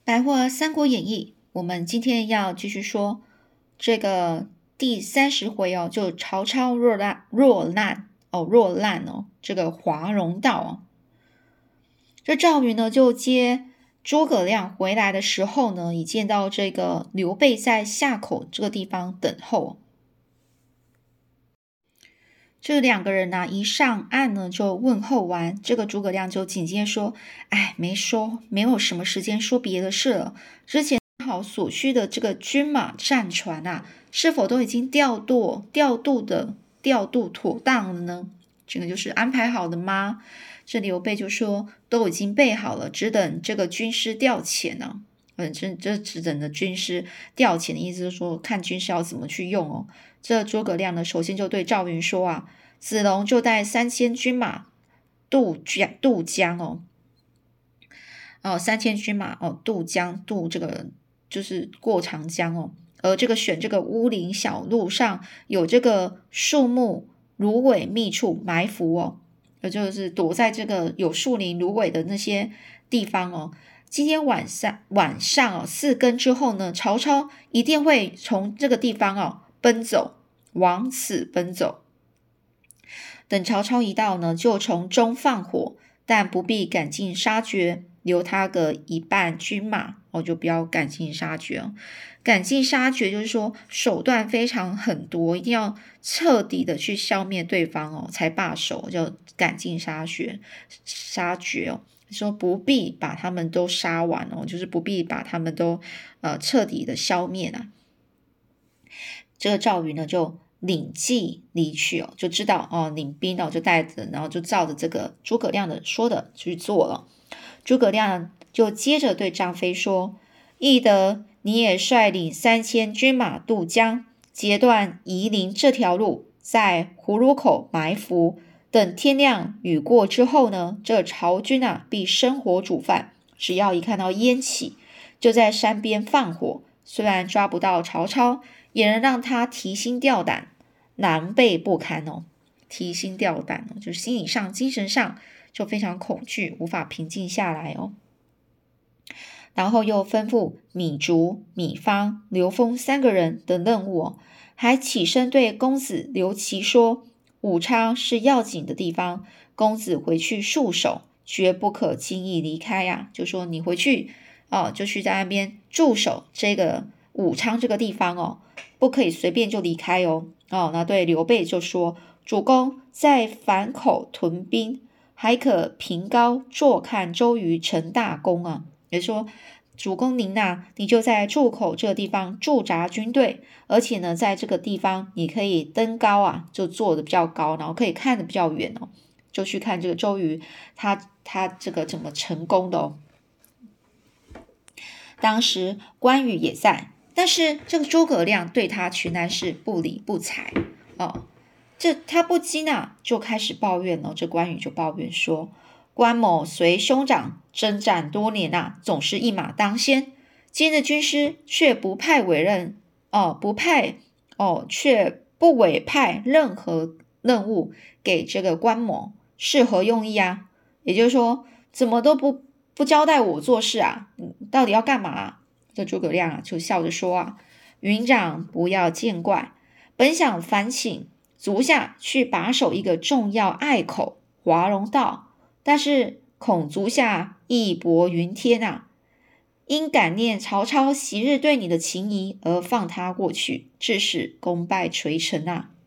白话《三国演义》，我们今天要继续说这个第30回哦，就曹操落难这个华容道哦。这赵云呢就接诸葛亮回来的时候呢，已见到这个刘备在下口这个地方等候。这两个人一上岸呢就问候完，这个诸葛亮就紧接说：没有什么时间说别的事了。之前好所需的这个军马战船是否都已经调度妥当了呢？这个就是安排好的吗？这刘备就说都已经备好了，只等这个军师调遣呢。这只等的军师调遣的意思就是说，看军师要怎么去用哦。这诸葛亮呢，首先就对赵云说子龙就带3000军马渡江哦，3000军马渡江，渡这个就是过长江哦。而这个选这个乌林小路上有这个树木芦苇密处埋伏哦，也就是躲在这个有树林芦苇的那些地方哦。今天晚上4更之后呢，曹操一定会从这个地方奔走，往此奔走。等曹操一到呢，就从中放火，但不必赶尽杀绝，留他个一半军马就不要赶尽杀绝。赶尽杀绝就是说手段非常狠毒，一定要彻底的去消灭对方才罢手，叫赶尽杀绝说不必把他们都杀完就是不必把他们都彻底的消灭这个赵云呢就领计离去就知道领兵就带着，然后就照着这个诸葛亮的说的去做了。诸葛亮就接着对张飞说：翼德你也率领3000军马渡江，截断夷陵这条路，在葫芦口埋伏，等天亮雨过之后呢，这曹军必生火煮饭，只要一看到烟起，就在山边放火，虽然抓不到曹操，也能让他提心吊胆，狼狈不堪提心吊胆就是心理上精神上就非常恐惧，无法平静下来然后又吩咐米竹、米方、刘封3个人的任务还起身对公子刘琦说：武昌是要紧的地方，公子回去戍守，绝不可轻易离开就说你回去就去在那边驻守这个武昌这个地方不可以随便就离开那对刘备就说：主公在樊口屯兵，还可凭高坐看周瑜成大功也说主公您你就在筑口这个地方驻扎军队，而且呢在这个地方你可以登高就坐得比较高，然后可以看得比较远就去看这个周瑜他这个怎么成功的当时关羽也在，但是这个诸葛亮对他全然是不理不睬这他不禁就开始抱怨这关羽就抱怨说：关某随兄长征战多年总是一马当先，今日军师却不派委任却不委派任何任务给这个关某，是何用意也就是说怎么都不交代我做事到底要干嘛这诸葛亮就笑着说云长不要见怪，本想烦请足下去把守一个重要隘口华容道，但是恐足下义薄云天因感念曹操昔日对你的情谊而放他过去，致使功败垂成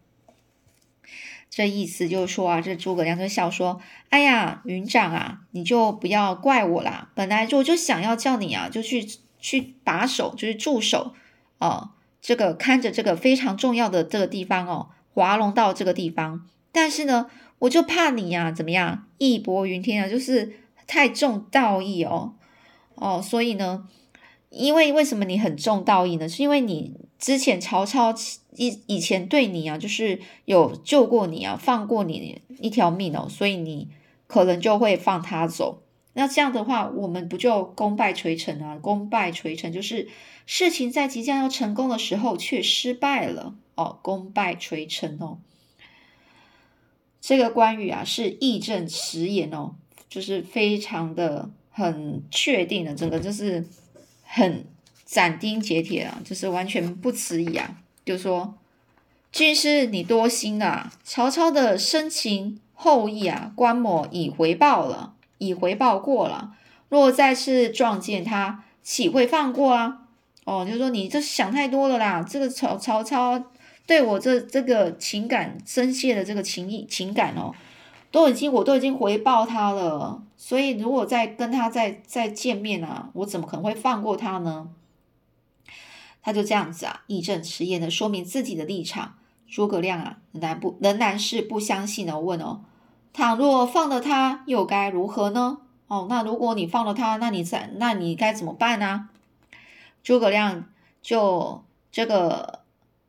这意思就是说这诸葛亮就笑说：哎呀云长你就不要怪我啦，本来我就想要叫你就去把守，就是驻守这个看着这个非常重要的这个地方华容道这个地方，但是呢我就怕你怎么样义薄云天就是太重道义所以呢因为为什么你很重道义呢？是因为你之前曹操以前对你就是有救过你放过你一条命所以你可能就会放他走。那这样的话我们不就功败垂成功败垂成就是事情在即将要成功的时候却失败了功败垂成这个关羽是义正辞严就是非常的很确定的，整个就是很斩钉截铁啊，就是完全不迟疑啊，就说军师你多心了啊，曹操的深情厚谊啊，关某已回报过了，若再次撞见他，岂会放过啊？就说你这想太多了啦，这个曹操对我这个情感深切的这个情感我都已经回报他了，所以如果再跟他再见面啊，我怎么可能会放过他呢？他就这样子啊，义正辞严的说明自己的立场。诸葛亮啊，仍然是不相信的问倘若放了他，又该如何呢？那如果你放了他，那你该怎么办呢？诸葛亮就这个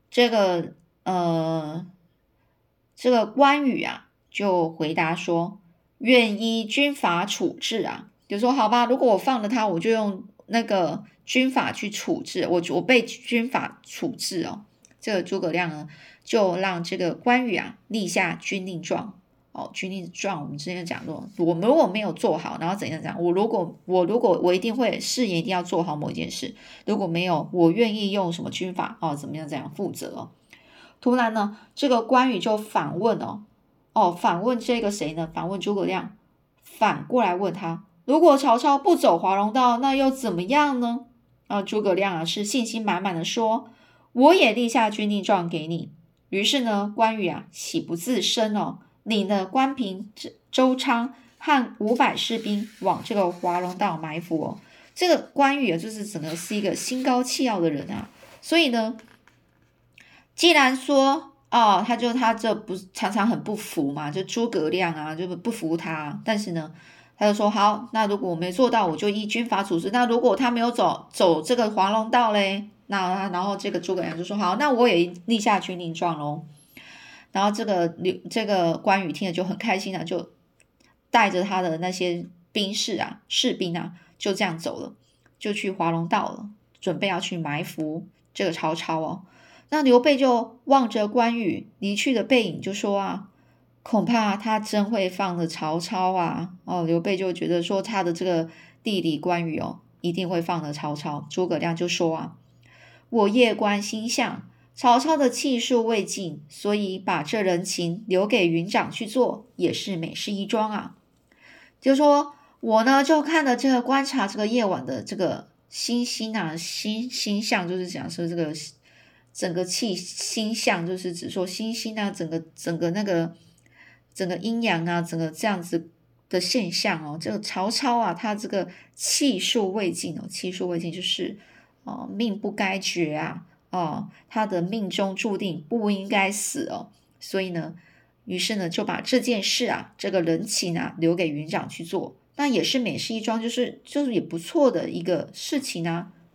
关羽啊，就回答说，愿依军法处置啊，就说好吧，如果我放了他，我就用那个军法去处置，我被军法处置这个诸葛亮呢，就让这个关羽啊立下军令状。军令状我们之前讲过，我们如果没有做好，然后怎样讲？我一定会誓言一定要做好某一件事，如果没有，我愿意用什么军法怎么样负责突然呢，这个关羽就反问反问这个谁呢？反问诸葛亮，反过来问他，如果曹操不走华容道，那又怎么样呢？诸葛亮啊是信心满满的说，我也立下军令状给你。于是呢，关羽啊喜不自胜领了关平、周昌和500士兵往这个华容道埋伏这个关羽就是整个是一个心高气傲的人啊，所以呢，既然说他这不常常很不服嘛，就诸葛亮啊就不服他，但是呢，他就说好，那如果我没做到，我就依军法处置。那如果他没有走这个华容道嘞，然后这个诸葛亮就说好，那我也立下军令状咯。然后这个关羽听了就很开心就带着他的那些士兵啊，就这样走了，就去华容道了，准备要去埋伏这个曹操那刘备就望着关羽离去的背影，就说恐怕他真会放了曹操刘备就觉得说他的这个弟弟关羽一定会放了曹操。诸葛亮就说我夜观星象，曹操的气数未尽，所以把这人情留给云长去做，也是美事一桩就说我呢就看了观察这个夜晚的这个星星星象，就是讲说这个整个星象，就是指说星星整个那个整个阴阳整个这样子的现象这个曹操他这个气数未尽气数未尽就是命不该绝他的命中注定不应该死所以呢，于是呢就把这件事这个人情留给云长去做，那也是美事一桩，就是也不错的一个事情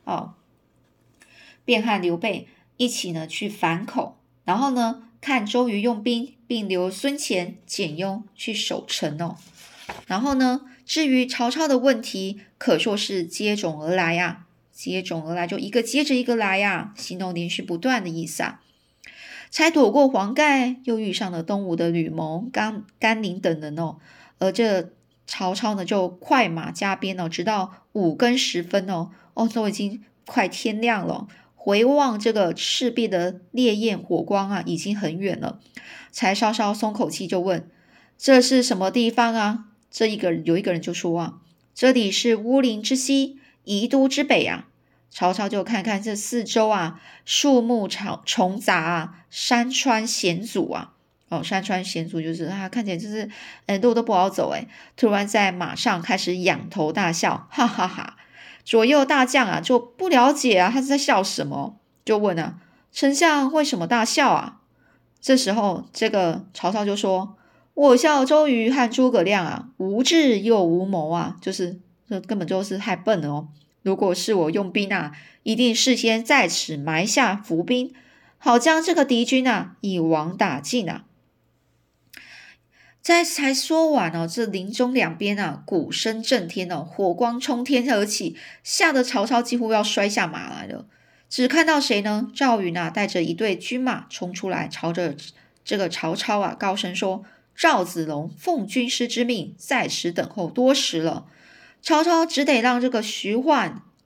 便和刘备一起呢去反口，然后呢看周瑜用兵，并留孙乾、简雍去守城然后呢，至于曹操的问题，可说是接踵而来接踵而来就一个接着一个来形容连续不断的意思才躲过黄盖，又遇上了东吴的吕蒙、甘宁等人而这曹操呢就快马加鞭直到5更时分都已经快天亮了，回望这个赤壁的烈焰火光已经很远了，才稍稍松口气，就问这是什么地方有一个人就说这里是乌林之西，宜都之北曹操就看看这四周树木丛杂山川险阻山川险阻就是看起来就是路都不好走突然在马上开始仰头大笑，哈哈哈。左右大将就不了解他是在笑什么，就问丞相为什么大笑这时候这个曹操就说，我笑周瑜和诸葛亮无智又无谋就是这根本就是太笨了如果是我用兵一定事先在此埋下伏兵，好将这个敌军一网打尽才说完这林中两边鼓声震天火光冲天而起，吓得曹操几乎要摔下马来了。只看到谁呢？赵云带着一队军马冲出来，朝着这个曹操高声说，赵子龙奉军师之命在此等候多时了。曹操只得让这个徐晃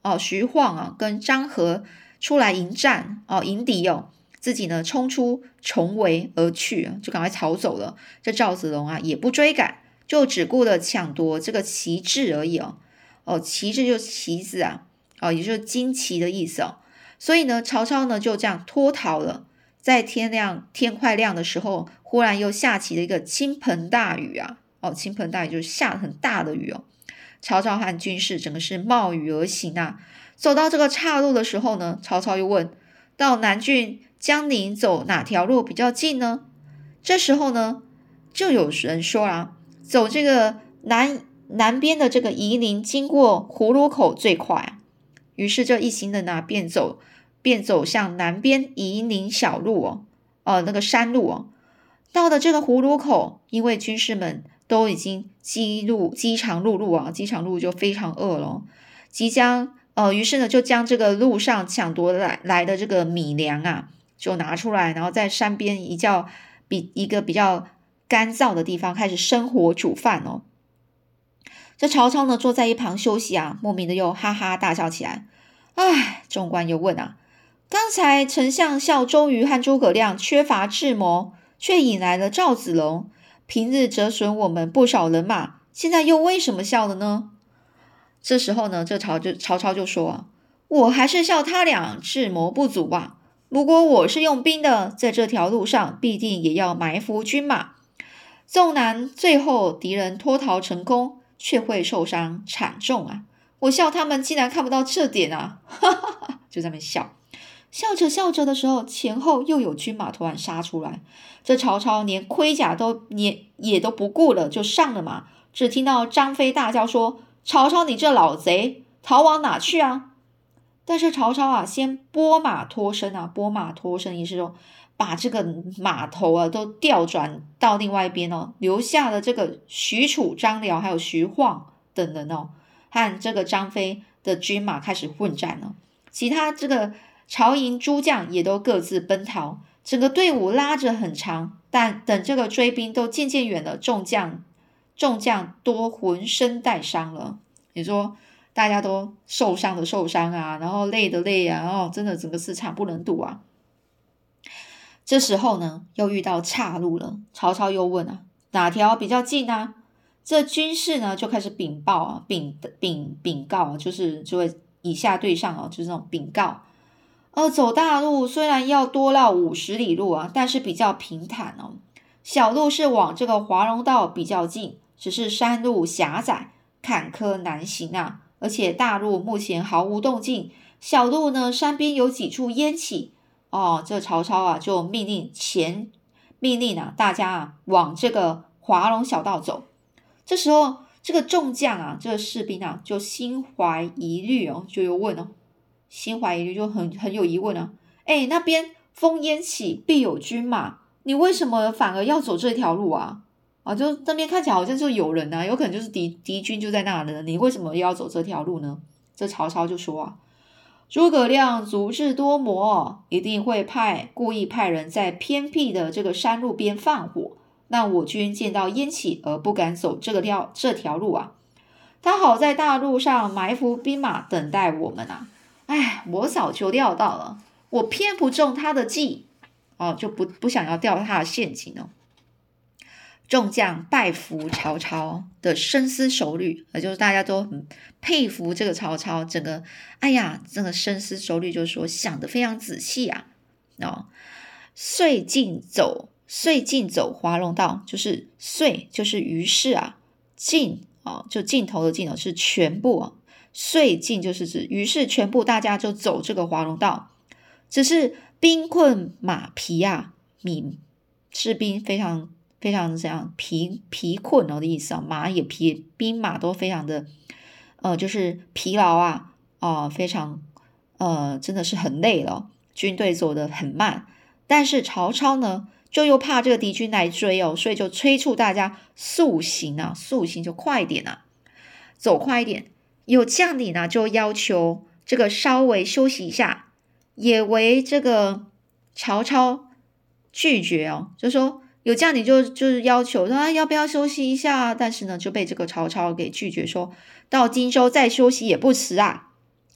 徐晃啊跟张合出来迎战迎敌自己呢冲出重围而去，就赶快逃走了。这赵子龙啊也不追赶，就只顾着抢夺这个旗帜而已旗帜就是旗子也就是旌旗的意思所以呢，曹操呢就这样脱逃了。在天快亮的时候，忽然又下起了一个倾盆大雨倾盆大雨就是下很大的雨曹操和军士整个是冒雨而行走到这个岔路的时候呢，曹操又问：到南郡江宁走哪条路比较近呢？这时候呢，就有人说走这个南边的这个夷陵，经过葫芦口最快于是这一行人便走向南边夷陵小路那个山路到了这个葫芦口，因为军士们都已经饥肠辘辘饥肠辘辘就非常饿了，于是呢就将这个路上抢夺来的这个米粮就拿出来，然后在山边一个比较干燥的地方开始生火煮饭这曹操呢坐在一旁休息莫名的又哈哈大笑起来。众官又问刚才丞相笑周瑜和诸葛亮缺乏智谋，却引来了赵子龙，平日折损我们不少人马，现在又为什么笑了呢？这时候呢，曹操就说我还是笑他俩智谋不足如果我是用兵的，在这条路上必定也要埋伏军马，纵然最后敌人脱逃成功，却会受伤惨重我笑他们竟然看不到这点就在那边笑。笑着笑着的时候，前后又有军马突然杀出来，这曹操连盔甲也都不顾了，就上了马。只听到张飞大叫说：曹操你这老贼，逃往哪去但是曹操先拨马脱身拨马脱身意思说把这个马头都调转到另外一边留下了这个许褚、张辽还有徐晃等人和这个张飞的军马开始混战其他这个曹营诸将也都各自奔逃，整个队伍拉着很长，但等这个追兵都渐渐远了，众将多浑身带伤了。你说大家都受伤的受伤然后累的累真的整个是惨不忍睹这时候呢，又遇到岔路了，曹操又问哪条比较近这军士呢就开始禀报禀告，就会以下对上就是那种禀告。走大路虽然要多绕50里路但是比较平坦小路是往这个华容道比较近，只是山路狭窄，坎坷难行而且大路目前毫无动静，小路呢山边有几处烟起这曹操就命令大家往这个华容小道走。这时候这个众将这个士兵就心怀疑虑就有问心怀疑虑就很有疑问那边烽烟起，必有军马，你为什么反而要走这条路就那边看起来好像就有人有可能就是敌军就在那里，你为什么要走这条路呢？这曹操就说诸葛亮足智多谋一定会故意派人在偏僻的这个山路边放火，让我军见到烟起而不敢走这条路他好在大路上埋伏兵马等待我们我早就料到了，我偏不中他的计就不想要掉他的陷阱众将拜服曹操的深思熟虑，也就是大家都很佩服这个曹操，整个这个深思熟虑，就是说想得非常仔细遂尽走华容道，就是遂就是于是尽就尽头的尽是全部遂尽就是指于是全部大家就走这个华容道，只是兵困马疲士兵非常非常这样疲困的意思马也疲，兵马都非常的就是疲劳非常真的是很累了，军队走得很慢。但是曹操呢就又怕这个敌军来追所以就催促大家速行速行就快一点走快一点。有将领就要求这个稍微休息一下，也为这个曹操拒绝就说有将领就是要求说要不要休息一下但是呢就被这个曹操给拒绝，说到荆州再休息也不迟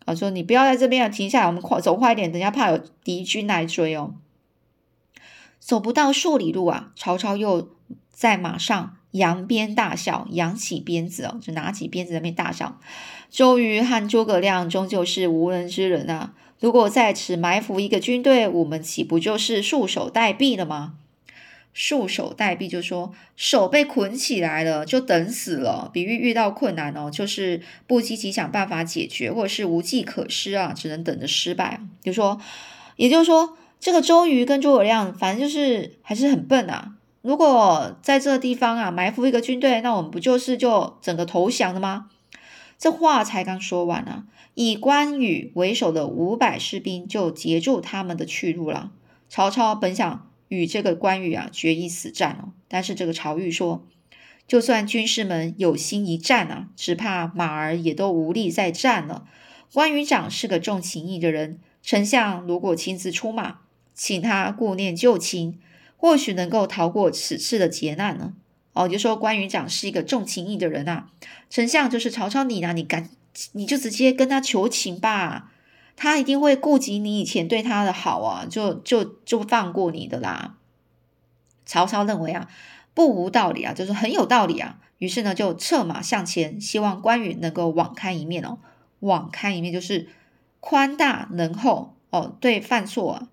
说你不要在这边停下来，我们走快一点，等下怕有敌军来追哦。走不到数里路啊，曹操又在马上扬鞭大笑，扬起鞭子就拿起鞭子在那边大笑。周瑜和诸葛亮终究是无能之人啊，如果在此埋伏一个军队，我们岂不就是束手待毙了吗？束手待毙就说手被捆起来了，就等死了。比喻遇到困难就是不积极想办法解决，或者是无计可施啊，只能等着失败。也就是说，这个周瑜跟诸葛亮，反正就是还是很笨啊。如果在这个地方啊埋伏一个军队，那我们不就整个投降了吗？这话才刚说完啊，以关羽为首的500士兵就截住他们的去路了。曹操本想与这个关羽啊决一死战但是这个曹郁说，就算军士们有心一战啊，只怕马儿也都无力再战了。关羽长是个重情义的人，丞相如果亲自出马，请他顾念旧情，或许能够逃过此次的劫难呢。就说关羽长是一个重情义的人啊，丞相就是曹操你就直接跟他求情吧，他一定会顾及你以前对他的好啊，就放过你的啦。曹操认为啊，不无道理啊，就是很有道理啊，于是呢就策马向前，希望关羽能够网开一面网开一面就是宽大仁厚对犯错啊，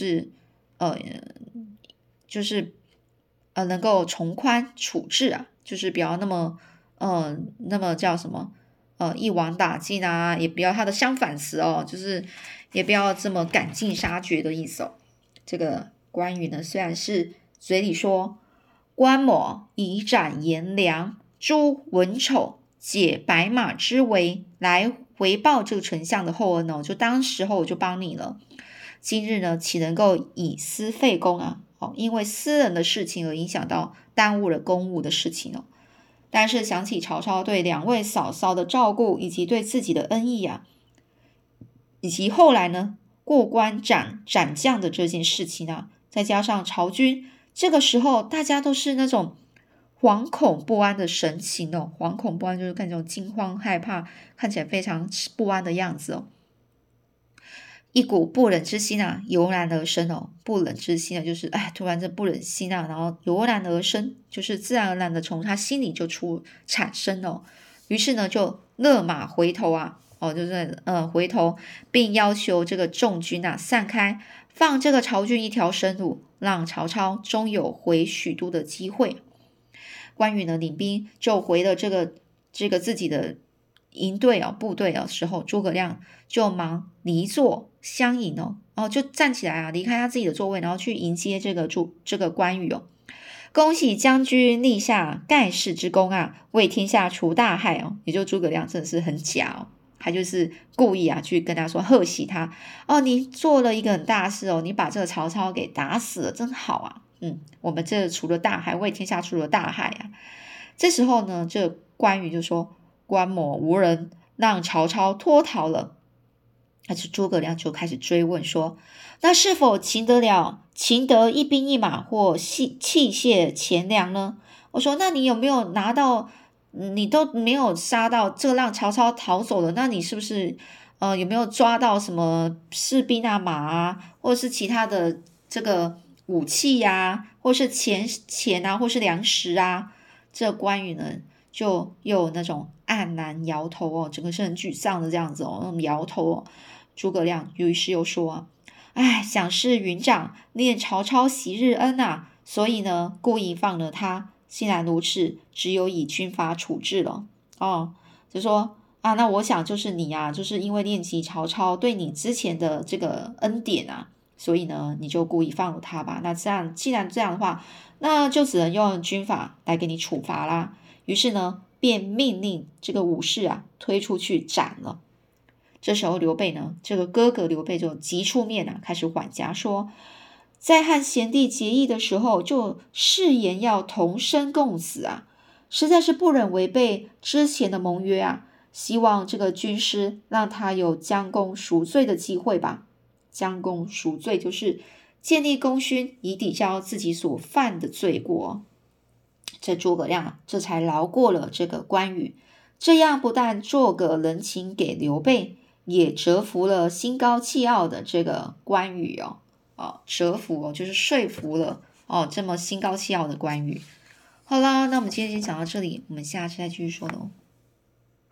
能够从宽处置啊，就是不要那么叫什么一网打尽啊，也不要他的相反词就是也不要这么赶尽杀绝的意思这个关羽呢，虽然是嘴里说关某以斩颜良、诛文丑、解白马之围来回报这个丞相的厚恩就当时候我就帮你了，今日呢岂能够以私废公啊？因为私人的事情而影响到耽误了公务的事情但是想起曹操对2位嫂嫂的照顾，以及对自己的恩义啊，以及后来呢过关斩将的这件事情啊，再加上曹军这个时候大家都是那种惶恐不安的神情惶恐不安就是看这种惊慌害怕，看起来非常不安的样子一股不忍之心啊油然而生不忍之心就是突然这不忍心啊，然后油然而生，就是自然而然的从他心里就产生于是呢就勒马回头啊就是回头，并要求这个众军啊散开，放这个曹军一条生路，让曹操终有回许都的机会。关羽呢领兵就回了这个自己的营队部队的时候，诸葛亮就忙离座相迎就站起来啊，离开他自己的座位，然后去迎接这个关羽恭喜将军立下盖世之功啊，为天下除大害也就诸葛亮真的是很假他就是故意啊去跟他说贺喜他你做了一个很大事你把这个曹操给打死了，真好啊我们这除了大害，为天下除了大害啊。这时候呢，这关羽就说关某无人，让曹操脱逃了。但是诸葛亮就开始追问说，那是否擒得一兵一马或器械钱粮呢？我说那你有没有拿到你都没有杀到，这让曹操逃走了，那你是不是有没有抓到什么士兵啊马啊，或者是其他的这个武器啊，或是钱啊，或是粮食啊？这关羽呢就有那种黯然摇头整个是很沮丧的这样子那种摇头诸葛亮于是又说想是云长念曹操昔日恩啊，所以呢故意放了他，既然如此，只有以军法处置了就说那我想就是你啊，就是因为念及曹操对你之前的这个恩典啊，所以呢你就故意放了他吧。那既然这样的话，那就只能用军法来给你处罚啦。于是呢便命令这个武士啊推出去斩了。这时候刘备呢，这个哥哥刘备就急出面开始缓颊说，在和贤弟结义的时候就誓言要同生共死啊，实在是不忍违背之前的盟约啊，希望这个军师让他有将功赎罪的机会吧。将功赎罪就是建立功勋，以抵消自己所犯的罪过。这诸葛亮这才饶过了这个关羽，这样不但做个人情给刘备， 也折服了心高气傲的这个关羽折服就是说服了这么心高气傲的关羽。好啦，那我们今天先讲到这里，我们下次再继续说喽。